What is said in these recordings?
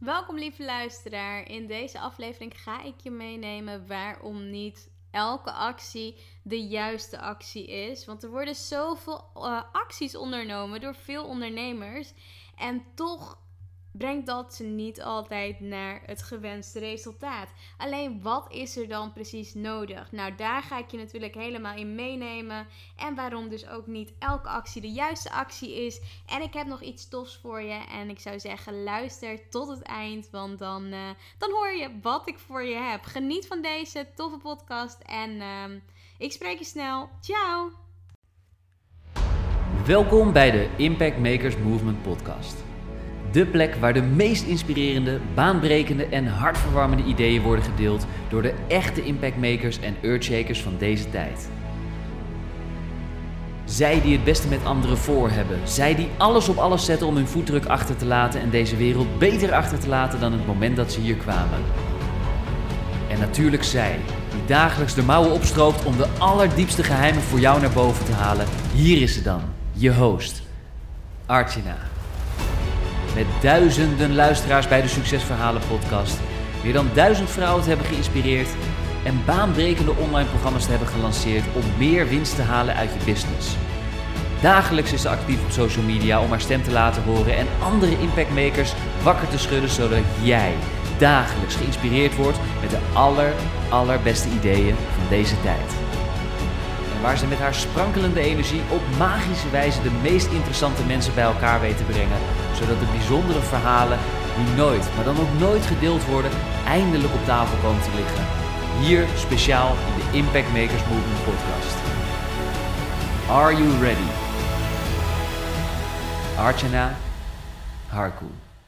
Welkom lieve luisteraar. In deze aflevering ga ik je meenemen waarom niet elke actie de juiste actie is. Want er worden zoveel acties ondernomen door veel ondernemers. En toch brengt dat ze niet altijd naar het gewenste resultaat. Alleen wat is er dan precies nodig? Nou, daar ga ik je natuurlijk helemaal in meenemen. En waarom dus ook niet elke actie de juiste actie is. En ik heb nog iets tofs voor je. En ik zou zeggen, luister tot het eind. Want dan hoor je wat ik voor je heb. Geniet van deze toffe podcast. En ik spreek je snel. Ciao! Welkom bij de Impact Makers Movement podcast. De plek waar de meest inspirerende, baanbrekende en hartverwarmende ideeën worden gedeeld door de echte impactmakers en earthshakers van deze tijd. Zij die het beste met anderen voor hebben. Zij die alles op alles zetten om hun voetdruk achter te laten en deze wereld beter achter te laten dan het moment dat ze hier kwamen. En natuurlijk zij, die dagelijks de mouwen opstroopt om de allerdiepste geheimen voor jou naar boven te halen. Hier is ze dan, je host, Archana. Met duizenden luisteraars bij de Succesverhalen podcast, meer dan 1000 vrouwen te hebben geïnspireerd en baanbrekende online programma's te hebben gelanceerd om meer winst te halen uit je business. Dagelijks is ze actief op social media om haar stem te laten horen en andere impactmakers wakker te schudden, zodat jij dagelijks geïnspireerd wordt met de allerbeste ideeën van deze tijd. En waar ze met haar sprankelende energie op magische wijze de meest interessante mensen bij elkaar weet te brengen, zodat de bijzondere verhalen die nooit, maar dan ook nooit gedeeld worden, eindelijk op tafel komen te liggen. Hier speciaal in de Impact Makers Movement podcast. Are you ready? Archana Harku.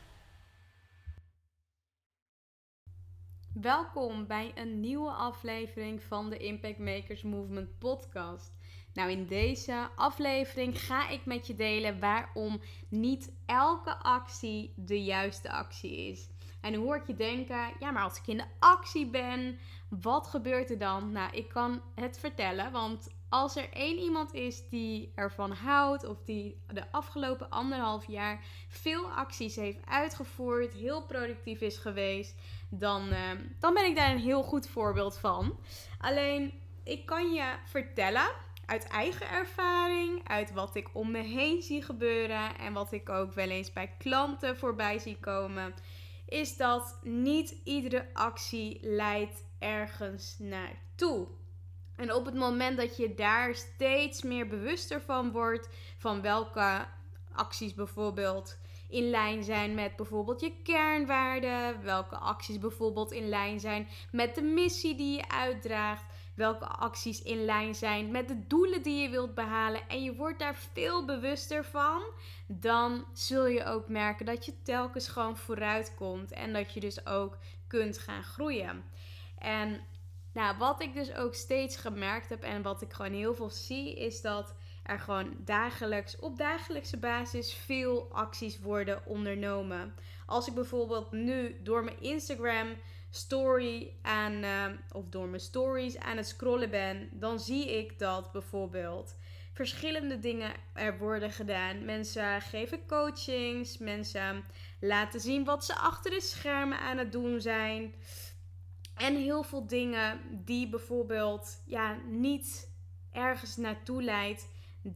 Welkom bij een nieuwe aflevering van de Impact Makers Movement podcast. Nou, in deze aflevering ga ik met je delen waarom niet elke actie de juiste actie is. En nu hoor ik je denken, ja, maar als ik in de actie ben, wat gebeurt er dan? Nou, ik kan het vertellen, want als er één iemand is die ervan houdt of die de afgelopen 1,5 jaar veel acties heeft uitgevoerd, heel productief is geweest, dan ben ik daar een heel goed voorbeeld van. Alleen, ik kan je vertellen uit eigen ervaring, uit wat ik om me heen zie gebeuren en wat ik ook wel eens bij klanten voorbij zie komen, is dat niet iedere actie leidt ergens naartoe. En op het moment dat je daar steeds meer bewuster van wordt, van welke acties bijvoorbeeld in lijn zijn met bijvoorbeeld je kernwaarden, welke acties bijvoorbeeld in lijn zijn met de missie die je uitdraagt, welke acties in lijn zijn met de doelen die je wilt behalen en je wordt daar veel bewuster van, dan zul je ook merken dat je telkens gewoon vooruit komt en dat je dus ook kunt gaan groeien. En nou, wat ik dus ook steeds gemerkt heb en wat ik gewoon heel veel zie, is dat er gewoon op dagelijkse basis veel acties worden ondernomen. Als ik bijvoorbeeld nu door mijn Instagram story of door mijn stories aan het scrollen ben, dan zie ik dat bijvoorbeeld verschillende dingen er worden gedaan. Mensen geven coachings, mensen laten zien wat ze achter de schermen aan het doen zijn. En heel veel dingen die bijvoorbeeld niet ergens naartoe leidt.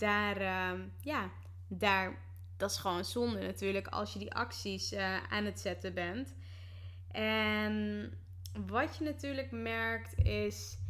Dat is gewoon zonde natuurlijk als je die acties aan het zetten bent. En wat je natuurlijk merkt is,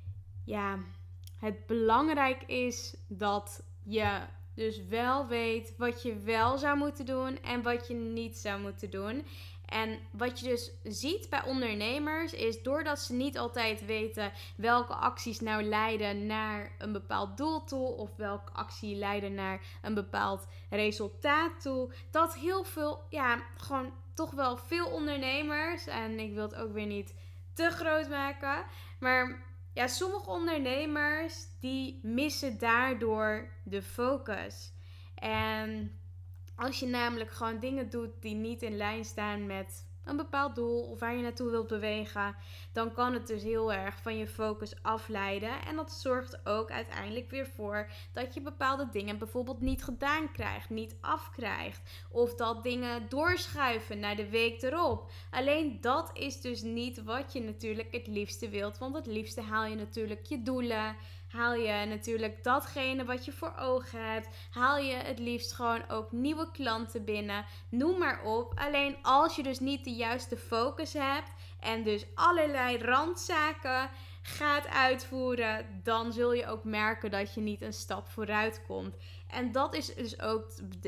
het belangrijk is dat je dus wel weet wat je wel zou moeten doen en wat je niet zou moeten doen. En wat je dus ziet bij ondernemers is, doordat ze niet altijd weten welke acties nou leiden naar een bepaald doel toe of welke actie leiden naar een bepaald resultaat toe, dat heel veel, gewoon toch wel veel ondernemers, en ik wil het ook weer niet te groot maken, maar sommige ondernemers die missen daardoor de focus. En als je namelijk gewoon dingen doet die niet in lijn staan met een bepaald doel of waar je naartoe wilt bewegen, dan kan het dus heel erg van je focus afleiden. En dat zorgt ook uiteindelijk weer voor dat je bepaalde dingen bijvoorbeeld niet gedaan krijgt, niet afkrijgt. Of dat dingen doorschuiven naar de week erop. Alleen dat is dus niet wat je natuurlijk het liefste wilt. Want het liefste haal je natuurlijk je doelen. Haal je natuurlijk datgene wat je voor ogen hebt. Haal je het liefst gewoon ook nieuwe klanten binnen. Noem maar op. Alleen als je dus niet de juiste focus hebt en dus allerlei randzaken gaat uitvoeren, dan zul je ook merken dat je niet een stap vooruit komt. En dat is dus ook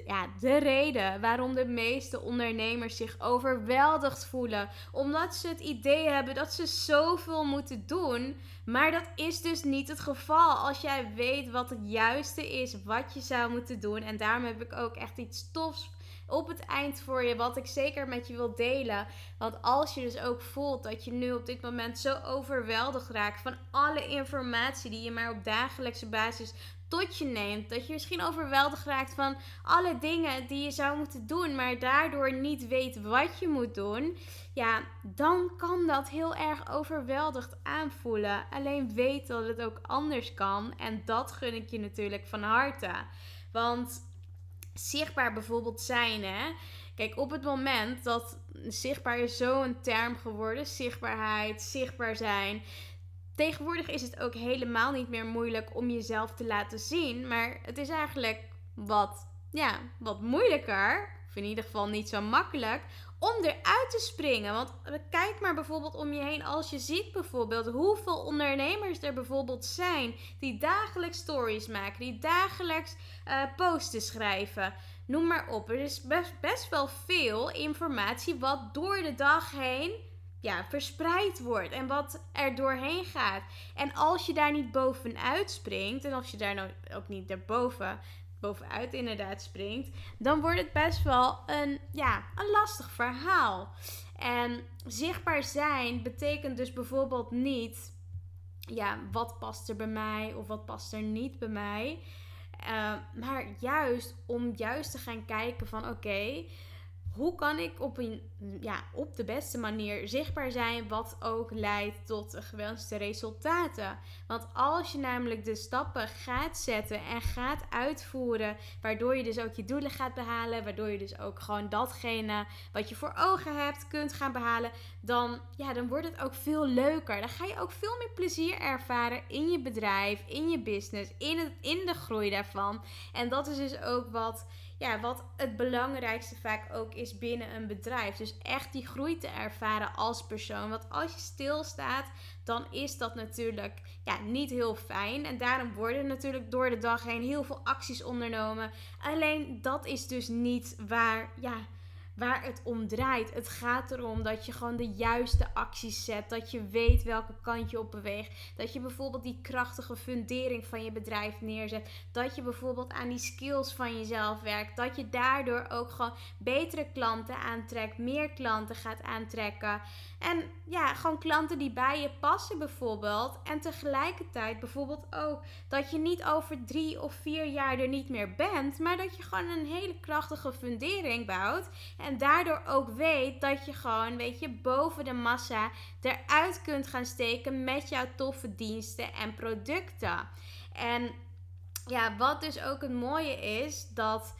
de reden waarom de meeste ondernemers zich overweldigd voelen. Omdat ze het idee hebben dat ze zoveel moeten doen. Maar dat is dus niet het geval als jij weet wat het juiste is, wat je zou moeten doen. En daarom heb ik ook echt iets tofs op het eind voor je, wat ik zeker met je wil delen. Want als je dus ook voelt dat je nu op dit moment zo overweldigd raakt van alle informatie die je maar op dagelijkse basis tot je neemt, dat je misschien overweldigd raakt van alle dingen die je zou moeten doen, maar daardoor niet weet wat je moet doen, ja, dan kan dat heel erg overweldigd aanvoelen. Alleen weet dat het ook anders kan en dat gun ik je natuurlijk van harte. Want zichtbaar bijvoorbeeld zijn, hè. Kijk, op het moment dat zichtbaar is zo'n term geworden, zichtbaarheid, zichtbaar zijn. Tegenwoordig is het ook helemaal niet meer moeilijk om jezelf te laten zien. Maar het is eigenlijk wat moeilijker, of in ieder geval niet zo makkelijk, om eruit te springen. Want kijk maar bijvoorbeeld om je heen. Als je ziet bijvoorbeeld hoeveel ondernemers er bijvoorbeeld zijn die dagelijks stories maken, die dagelijks posten schrijven. Noem maar op. Er is best wel veel informatie wat door de dag heen verspreid wordt en wat er doorheen gaat. En als je daar niet bovenuit springt en als je daar nou ook niet bovenuit inderdaad springt, dan wordt het best wel een lastig verhaal. En zichtbaar zijn betekent dus bijvoorbeeld niet wat past er bij mij of wat past er niet bij mij. Maar juist om te gaan kijken van oké, hoe kan ik op de beste manier zichtbaar zijn, wat ook leidt tot gewenste resultaten? Want als je namelijk de stappen gaat zetten en gaat uitvoeren, waardoor je dus ook je doelen gaat behalen, waardoor je dus ook gewoon datgene wat je voor ogen hebt kunt gaan behalen, dan wordt het ook veel leuker. Dan ga je ook veel meer plezier ervaren in je bedrijf, in je business, in de groei daarvan. En dat is dus ook wat het belangrijkste vaak ook is binnen een bedrijf. Dus echt die groei te ervaren als persoon. Want als je stilstaat, dan is dat natuurlijk niet heel fijn. En daarom worden natuurlijk door de dag heen heel veel acties ondernomen. Alleen dat is dus niet waar het om draait. Het gaat erom dat je gewoon de juiste acties zet. Dat je weet welke kant je op beweegt. Dat je bijvoorbeeld die krachtige fundering van je bedrijf neerzet. Dat je bijvoorbeeld aan die skills van jezelf werkt. Dat je daardoor ook gewoon betere klanten aantrekt. Meer klanten gaat aantrekken. En gewoon klanten die bij je passen bijvoorbeeld. En tegelijkertijd bijvoorbeeld ook dat je niet over 3 of 4 jaar er niet meer bent. Maar dat je gewoon een hele krachtige fundering bouwt. En daardoor ook weet dat je gewoon, boven de massa eruit kunt gaan steken met jouw toffe diensten en producten. En wat dus ook het mooie is, dat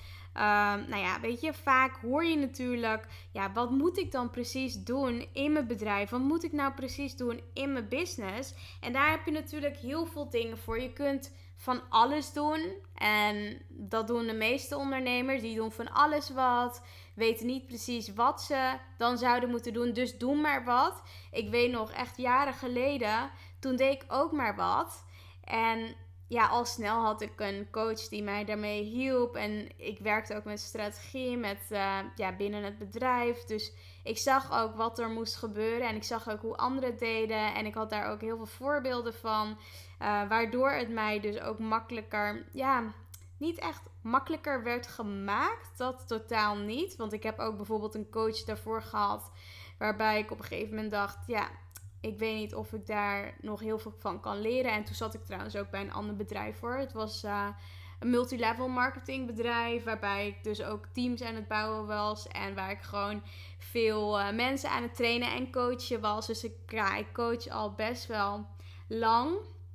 vaak hoor je natuurlijk, wat moet ik dan precies doen in mijn bedrijf? Wat moet ik nou precies doen in mijn business? En daar heb je natuurlijk heel veel dingen voor. Je kunt van alles doen. En dat doen de meeste ondernemers. Die doen van alles wat. Weten niet precies wat ze dan zouden moeten doen. Dus doe maar wat. Ik weet nog, echt jaren geleden, toen deed ik ook maar wat. En al snel had ik een coach die mij daarmee hielp. En ik werkte ook met strategie, binnen het bedrijf. Dus ik zag ook wat er moest gebeuren. En ik zag ook hoe anderen het deden. En ik had daar ook heel veel voorbeelden van. Waardoor het mij dus ook makkelijker, niet echt makkelijker werd gemaakt. Dat totaal niet. Want ik heb ook bijvoorbeeld een coach daarvoor gehad. Waarbij ik op een gegeven moment dacht, ik weet niet of ik daar nog heel veel van kan leren. En toen zat ik trouwens ook bij een ander bedrijf voor. Het was een een multilevel marketingbedrijf, waarbij ik dus ook teams aan het bouwen was en waar ik gewoon veel mensen aan het trainen en coachen was. Dus ik coach al best wel lang,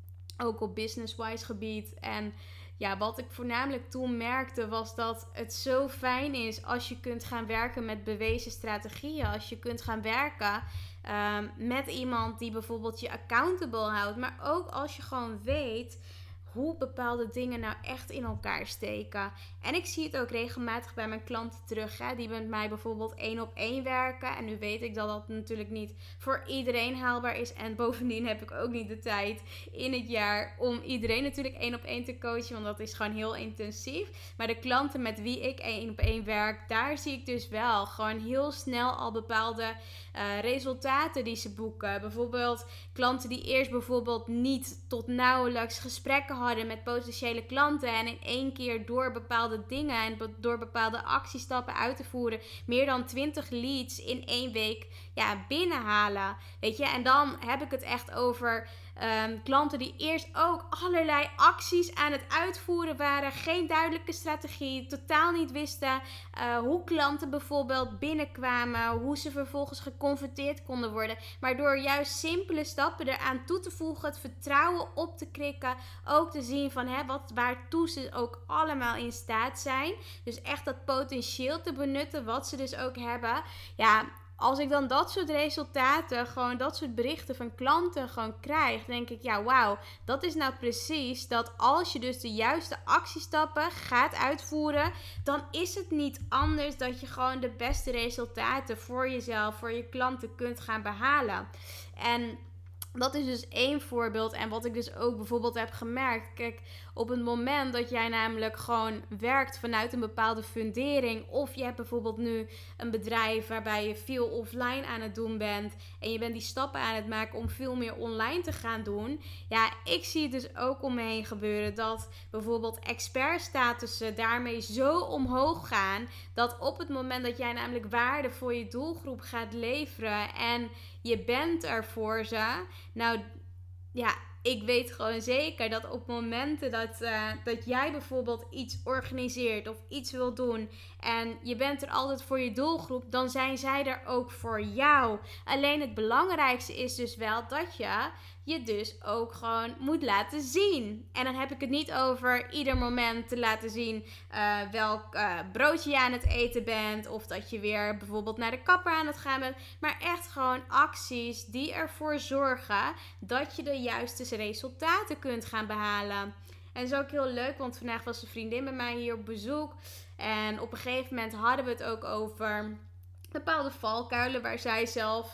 ook op business-wise gebied. En ja, wat ik voornamelijk toen merkte was dat het zo fijn is als je kunt gaan werken met bewezen strategieën. Als je kunt gaan werken met iemand die bijvoorbeeld je accountable houdt. Maar ook als je gewoon weet hoe bepaalde dingen nou echt in elkaar steken. En ik zie het ook regelmatig bij mijn klanten terug. Hè, die met mij bijvoorbeeld 1-op-1 werken. En nu weet ik dat dat natuurlijk niet voor iedereen haalbaar is. En bovendien heb ik ook niet de tijd in het jaar om iedereen natuurlijk 1-op-1 te coachen. Want dat is gewoon heel intensief. Maar de klanten met wie ik 1-op-1 werk, daar zie ik dus wel gewoon heel snel al bepaalde resultaten die ze boeken. Bijvoorbeeld klanten die eerst bijvoorbeeld niet tot nauwelijks gesprekken hadden met potentiële klanten. En in één keer door bepaalde dingen en door bepaalde actiestappen uit te voeren meer dan 20 leads in 1 week binnenhalen. Weet je, en dan heb ik het echt over klanten die eerst ook allerlei acties aan het uitvoeren waren. Geen duidelijke strategie. Totaal niet wisten hoe klanten bijvoorbeeld binnenkwamen. Hoe ze vervolgens geconfronteerd konden worden. Maar door juist simpele stappen eraan toe te voegen. Het vertrouwen op te krikken. Ook te zien van waartoe ze ook allemaal in staat zijn. Dus echt dat potentieel te benutten wat ze dus ook hebben. Ja, als ik dan dat soort resultaten, gewoon dat soort berichten van klanten gewoon krijg, denk ik, ja, wauw, dat is nou precies dat als je dus de juiste actiestappen gaat uitvoeren, dan is het niet anders dat je gewoon de beste resultaten voor jezelf, voor je klanten kunt gaan behalen. En dat is dus één voorbeeld. En wat ik dus ook bijvoorbeeld heb gemerkt. Kijk, op het moment dat jij namelijk gewoon werkt vanuit een bepaalde fundering. Of je hebt bijvoorbeeld nu een bedrijf waarbij je veel offline aan het doen bent. En je bent die stappen aan het maken om veel meer online te gaan doen. Ja, ik zie het dus ook om me heen gebeuren. Dat bijvoorbeeld expertstatussen daarmee zo omhoog gaan. Dat op het moment dat jij namelijk waarde voor je doelgroep gaat leveren. En je bent er voor ze. Nou ja, ik weet gewoon zeker dat op momenten dat jij bijvoorbeeld iets organiseert of iets wil doen en je bent er altijd voor je doelgroep, dan zijn zij er ook voor jou. Alleen het belangrijkste is dus wel dat je dus ook gewoon moet laten zien. En dan heb ik het niet over ieder moment te laten zien welk broodje je aan het eten bent. Of dat je weer bijvoorbeeld naar de kapper aan het gaan bent. Maar echt gewoon acties die ervoor zorgen dat je de juiste resultaten kunt gaan behalen. En dat is ook heel leuk, want vandaag was een vriendin bij mij hier op bezoek. En op een gegeven moment hadden we het ook over bepaalde valkuilen waar zij zelf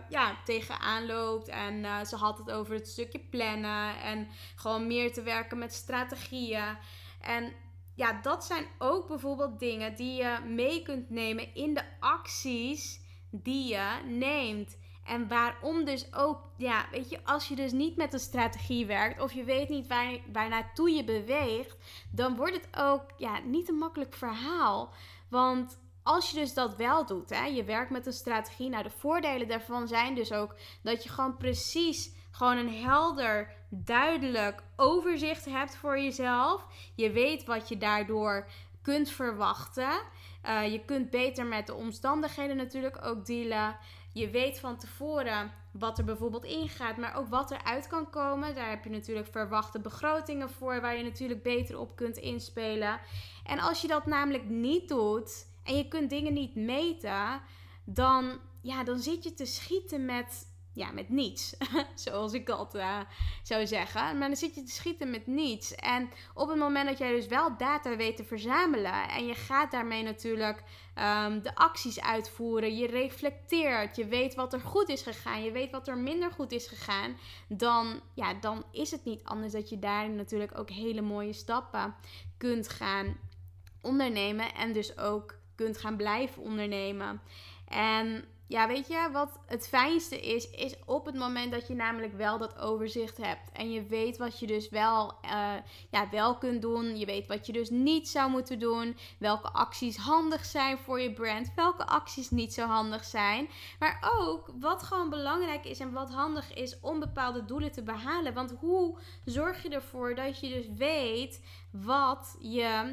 tegenaan loopt. En ze had het over het stukje plannen en gewoon meer te werken met strategieën. En ja, dat zijn ook bijvoorbeeld dingen die je mee kunt nemen in de acties die je neemt. En waarom dus ook, ja, weet je, als je dus niet met een strategie werkt of je weet niet waar naartoe je beweegt, dan wordt het ook niet een makkelijk verhaal. Want als je dus dat wel doet, je werkt met een strategie. Nou, de voordelen daarvan zijn dus ook dat je gewoon precies gewoon een helder, duidelijk overzicht hebt voor jezelf. Je weet wat je daardoor kunt verwachten. Je kunt beter met de omstandigheden natuurlijk ook dealen. Je weet van tevoren wat er bijvoorbeeld ingaat, maar ook wat eruit kan komen. Daar heb je natuurlijk verwachte begrotingen voor, waar je natuurlijk beter op kunt inspelen. En als je dat namelijk niet doet en je kunt dingen niet meten, dan zit je te schieten met niets. Zoals ik dat zou zeggen. Maar dan zit je te schieten met niets. En op het moment dat jij dus wel data weet te verzamelen en je gaat daarmee natuurlijk de acties uitvoeren, je reflecteert, je weet wat er goed is gegaan, je weet wat er minder goed is gegaan, dan is het niet anders dat je daarin natuurlijk ook hele mooie stappen kunt gaan ondernemen en dus ook kunt gaan blijven ondernemen. En ja, weet je, wat het fijnste is op het moment dat je namelijk wel dat overzicht hebt. En je weet wat je dus wel kunt doen. Je weet wat je dus niet zou moeten doen. Welke acties handig zijn voor je brand. Welke acties niet zo handig zijn. Maar ook wat gewoon belangrijk is en wat handig is om bepaalde doelen te behalen. Want hoe zorg je ervoor dat je dus weet wat je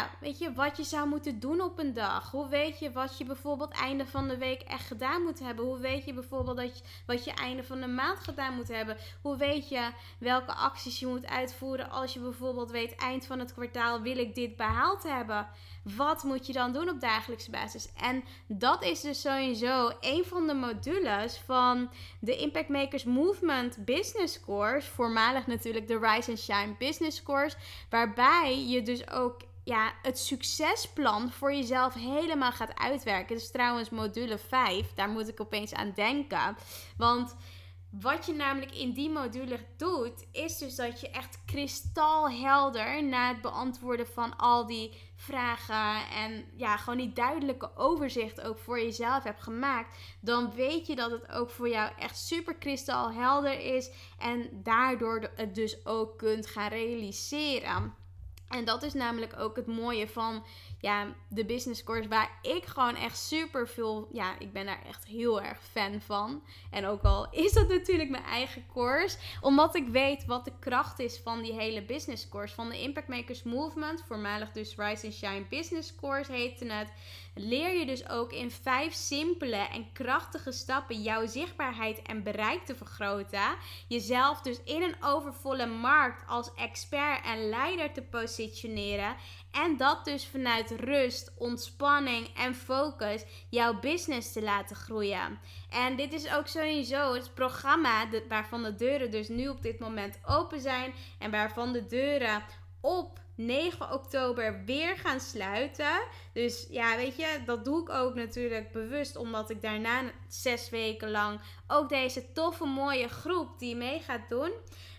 zou moeten doen op een dag? Hoe weet je wat je bijvoorbeeld einde van de week echt gedaan moet hebben? Hoe weet je bijvoorbeeld wat je einde van de maand gedaan moet hebben? Hoe weet je welke acties je moet uitvoeren als je bijvoorbeeld weet eind van het kwartaal wil ik dit behaald hebben? Wat moet je dan doen op dagelijkse basis? En dat is dus sowieso een van de modules van de Impact Makers Movement Business Course. Voormalig natuurlijk de Rise and Shine Business Course. Waarbij je dus ook het succesplan voor jezelf helemaal gaat uitwerken. Dat is trouwens module 5. Daar moet ik opeens aan denken. Want wat je namelijk in die module doet, is dus dat je echt kristalhelder na het beantwoorden van al die vragen en gewoon die duidelijke overzicht ook voor jezelf hebt gemaakt. Dan weet je dat het ook voor jou echt super kristalhelder is en daardoor het dus ook kunt gaan realiseren. En dat is namelijk ook het mooie van de business course, waar ik gewoon echt super veel, ik ben daar echt heel erg fan van. En ook al is dat natuurlijk mijn eigen course, omdat ik weet wat de kracht is van die hele business course, van de Impact Makers Movement, voormalig dus Rise and Shine Business Course heette het. Leer je dus ook in 5 simpele en krachtige stappen jouw zichtbaarheid en bereik te vergroten. Jezelf dus in een overvolle markt als expert en leider te positioneren. En dat dus vanuit rust, ontspanning en focus jouw business te laten groeien. En dit is ook sowieso het programma waarvan de deuren dus nu op dit moment open zijn. En waarvan de deuren op 9 oktober weer gaan sluiten. Dus dat doe ik ook natuurlijk bewust. Omdat ik daarna 6 weken lang ook deze toffe mooie groep die mee gaat doen.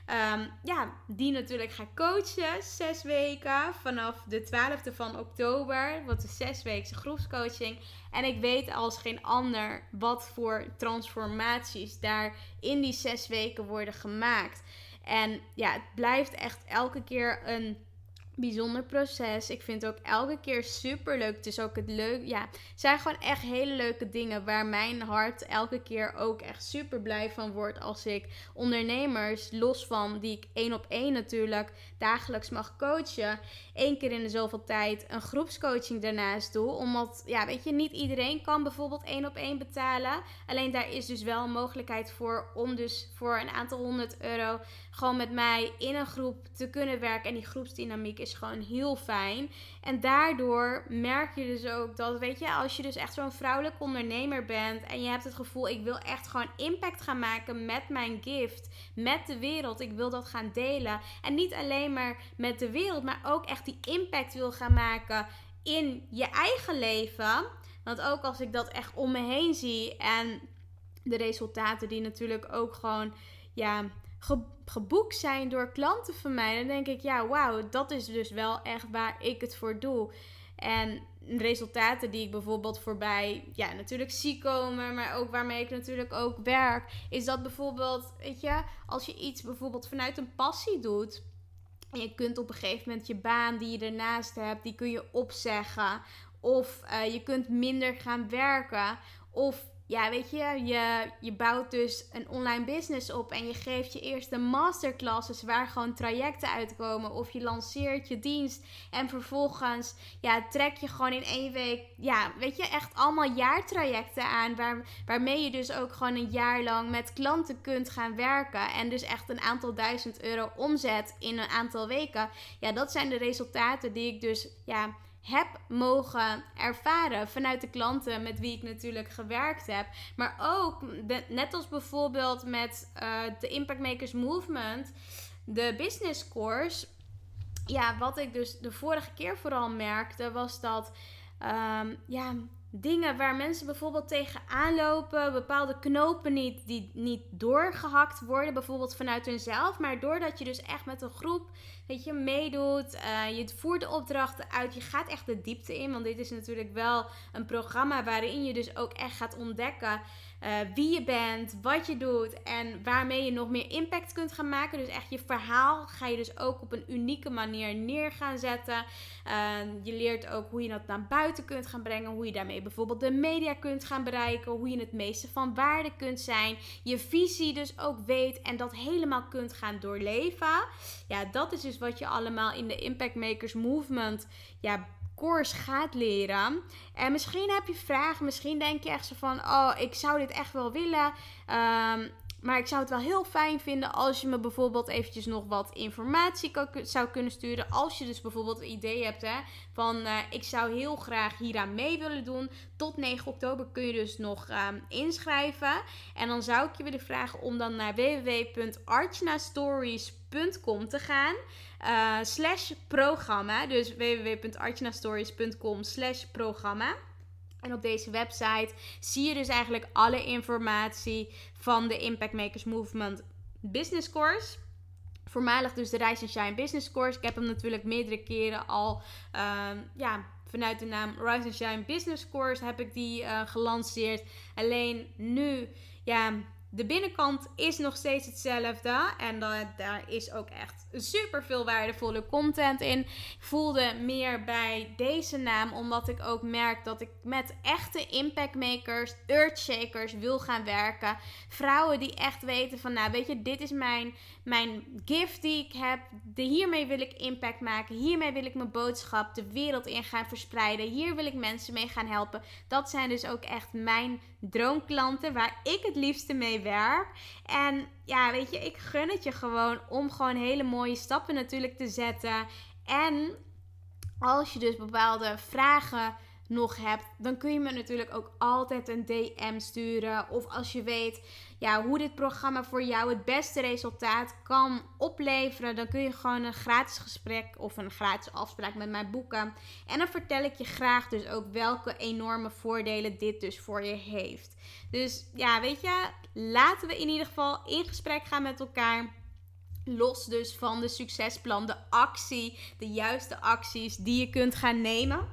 Die natuurlijk ga coachen 6 weken vanaf de 12e van oktober. Wat de 6-weekse groepscoaching. En ik weet als geen ander wat voor transformaties daar in die 6 weken worden gemaakt. En het blijft echt elke keer een bijzonder proces. Ik vind het ook elke keer super leuk. Het is ook het leuk. Het zijn gewoon echt hele leuke dingen waar mijn hart elke keer ook echt super blij van wordt als ik ondernemers, los van die ik 1-op-1 natuurlijk dagelijks mag coachen, 1 keer in de zoveel tijd een groepscoaching daarnaast doe. Omdat, niet iedereen kan bijvoorbeeld 1-op-1 betalen. Alleen daar is dus wel een mogelijkheid voor om dus voor een aantal €100 gewoon met mij in een groep te kunnen werken. En die groepsdynamiek is gewoon heel fijn. En daardoor merk je dus ook dat, als je dus echt zo'n vrouwelijk ondernemer bent en je hebt het gevoel, ik wil echt gewoon impact gaan maken met mijn gift, met de wereld. Ik wil dat gaan delen. En niet alleen maar met de wereld, maar ook echt die impact wil gaan maken in je eigen leven. Want ook als ik dat echt om me heen zie en de resultaten die natuurlijk ook gewoon, geboekt zijn door klanten van mij, dan denk ik, wauw, dat is dus wel echt waar ik het voor doe. En resultaten die ik bijvoorbeeld voorbij natuurlijk zie komen, maar ook waarmee ik natuurlijk ook werk, is dat bijvoorbeeld, als je iets bijvoorbeeld vanuit een passie doet, en je kunt op een gegeven moment je baan die je ernaast hebt, die kun je opzeggen. Of je kunt minder gaan werken. Of je bouwt dus een online business op en je geeft je eerste masterclasses waar gewoon trajecten uitkomen. Of je lanceert je dienst en vervolgens trek je gewoon in 1 week, echt allemaal jaartrajecten aan. Waarmee je dus ook gewoon een jaar lang met klanten kunt gaan werken. En dus echt een aantal €1000 omzet in een aantal weken. Dat zijn de resultaten die ik dus heb mogen ervaren vanuit de klanten met wie ik natuurlijk gewerkt heb. Maar ook, net als bijvoorbeeld met de Impact Makers Movement, de business course. Wat ik dus de vorige keer vooral merkte, was dat dingen waar mensen bijvoorbeeld tegenaan lopen, bepaalde knopen die niet doorgehakt worden, bijvoorbeeld vanuit hunzelf, maar doordat je dus echt met een groep, weet je, meedoet, je voert de opdrachten uit, je gaat echt de diepte in, want dit is natuurlijk wel een programma waarin je dus ook echt gaat ontdekken wie je bent, wat je doet en waarmee je nog meer impact kunt gaan maken. Dus echt je verhaal ga je dus ook op een unieke manier neer gaan zetten. Je leert ook hoe je dat naar buiten kunt gaan brengen, hoe je daarmee bijvoorbeeld de media kunt gaan bereiken, hoe je het meeste van waarde kunt zijn, je visie dus ook weet en dat helemaal kunt gaan doorleven. Ja, dat is dus wat je allemaal in de Impact Makers Movement course gaat leren. En misschien heb je vragen, misschien denk je echt zo van, oh, ik zou dit echt wel willen, maar ik zou het wel heel fijn vinden als je me bijvoorbeeld eventjes nog wat informatie zou kunnen sturen. Als je dus bijvoorbeeld een idee hebt van ik zou heel graag hieraan mee willen doen. Tot 9 oktober kun je dus nog inschrijven. En dan zou ik je willen vragen om dan naar www.archanastories.com te gaan. /programma. Dus www.archanastories.com/programma. En op deze website zie je dus eigenlijk alle informatie van de Impact Makers Movement Business Course. Voormalig dus de Rise and Shine Business Course. Ik heb hem natuurlijk meerdere keren al vanuit de naam Rise and Shine Business Course heb ik die gelanceerd. Alleen nu, de binnenkant is nog steeds hetzelfde. En daar is ook echt super veel waardevolle content in. Ik voelde meer bij deze naam, omdat ik ook merk dat ik met echte impactmakers, earthshakers wil gaan werken. Vrouwen die echt weten van, nou weet je, dit is mijn gift die ik heb. Hiermee wil ik impact maken. Hiermee wil ik mijn boodschap de wereld in gaan verspreiden. Hier wil ik mensen mee gaan helpen. Dat zijn dus ook echt mijn droomklanten waar ik het liefste mee werk. En ja, weet je, ik gun het je gewoon om gewoon hele mooie stappen natuurlijk te zetten. En als je dus bepaalde vragen nog hebt, dan kun je me natuurlijk ook altijd een DM sturen. Of als je weet hoe dit programma voor jou het beste resultaat kan opleveren, dan kun je gewoon een gratis gesprek of een gratis afspraak met mij boeken. En dan vertel ik je graag dus ook welke enorme voordelen dit dus voor je heeft. Dus weet je, laten we in ieder geval in gesprek gaan met elkaar. Los dus van de succesplan, de actie, de juiste acties die je kunt gaan nemen.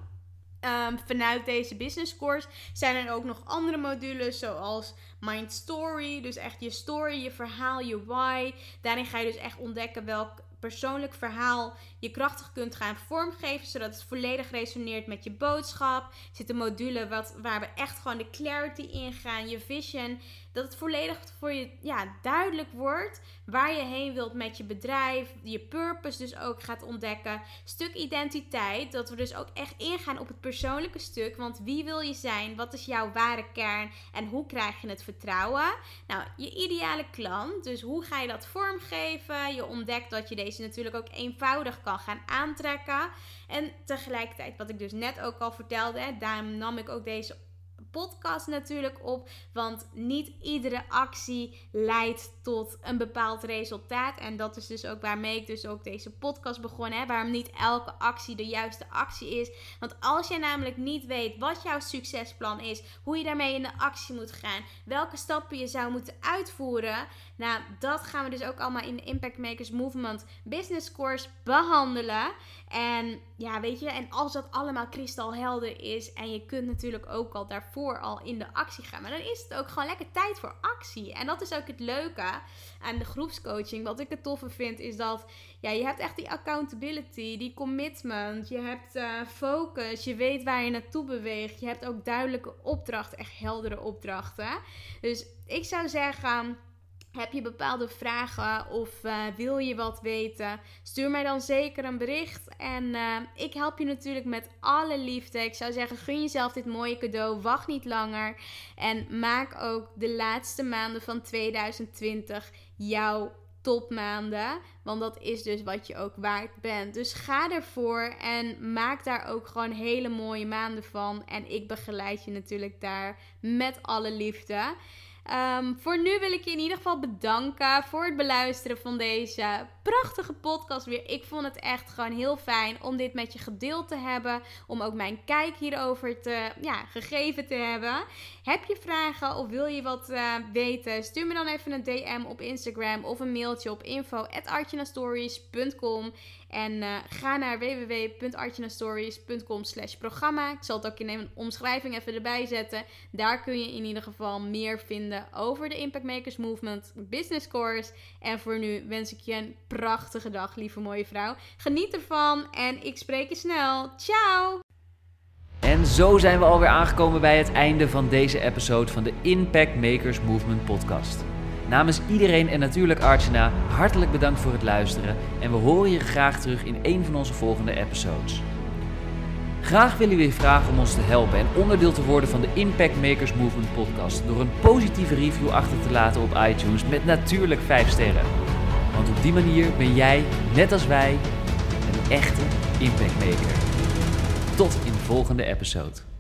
Vanuit deze business course zijn er ook nog andere modules zoals Mind Story. Dus echt je story, je verhaal, je why. Daarin ga je dus echt ontdekken welk persoonlijk verhaal je krachtig kunt gaan vormgeven, zodat het volledig resoneert met je boodschap. Er zit een module waar we echt gewoon de clarity in gaan, je vision. Dat het volledig voor je duidelijk wordt waar je heen wilt met je bedrijf. Je purpose dus ook gaat ontdekken. Stuk identiteit, dat we dus ook echt ingaan op het persoonlijke stuk. Want wie wil je zijn? Wat is jouw ware kern? En hoe krijg je het vertrouwen? Nou, je ideale klant. Dus hoe ga je dat vormgeven? Je ontdekt dat je deze natuurlijk ook eenvoudig kan gaan aantrekken. En tegelijkertijd, wat ik dus net ook al vertelde, daarom nam ik ook deze podcast natuurlijk op, want niet iedere actie leidt tot een bepaald resultaat. En dat is dus ook waarmee ik dus ook deze podcast begon, waarom niet elke actie de juiste actie is. Want als jij namelijk niet weet wat jouw succesplan is, hoe je daarmee in de actie moet gaan, welke stappen je zou moeten uitvoeren, nou, dat gaan we dus ook allemaal in de Impact Makers Movement Business Course behandelen. En weet je, en als dat allemaal kristalhelder is en je kunt natuurlijk ook al daarvoor al in de actie gaan, maar dan is het ook gewoon lekker tijd voor actie. En dat is ook het leuke aan de groepscoaching. Wat ik het toffe vind is dat je hebt echt die accountability, die commitment, je hebt focus, je weet waar je naartoe beweegt, je hebt ook duidelijke opdrachten, echt heldere opdrachten. Dus ik zou zeggen, heb je bepaalde vragen of wil je wat weten? Stuur mij dan zeker een bericht. En ik help je natuurlijk met alle liefde. Ik zou zeggen, gun jezelf dit mooie cadeau. Wacht niet langer. En maak ook de laatste maanden van 2020 jouw topmaanden. Want dat is dus wat je ook waard bent. Dus ga ervoor en maak daar ook gewoon hele mooie maanden van. En ik begeleid je natuurlijk daar met alle liefde. Voor nu wil ik je in ieder geval bedanken voor het beluisteren van deze prachtige podcast weer. Ik vond het echt gewoon heel fijn om dit met je gedeeld te hebben. Om ook mijn kijk hierover gegeven te hebben. Heb je vragen of wil je wat weten? Stuur me dan even een DM op Instagram of een mailtje op info@artjanastories.com. En ga naar www.artjanastories.com/programma. Ik zal het ook in een omschrijving even erbij zetten. Daar kun je in ieder geval meer vinden over de Impact Makers Movement Business Course. En voor nu wens ik je een prachtige dag, lieve mooie vrouw. Geniet ervan en ik spreek je snel. Ciao! En zo zijn we alweer aangekomen bij het einde van deze episode van de Impact Makers Movement podcast. Namens iedereen en natuurlijk Archana, hartelijk bedankt voor het luisteren en we horen je graag terug in een van onze volgende episodes. Graag willen we je vragen om ons te helpen en onderdeel te worden van de Impact Makers Movement podcast door een positieve review achter te laten op iTunes met natuurlijk 5 sterren. Want op die manier ben jij, net als wij, een echte Impact Maker. Tot in de volgende episode.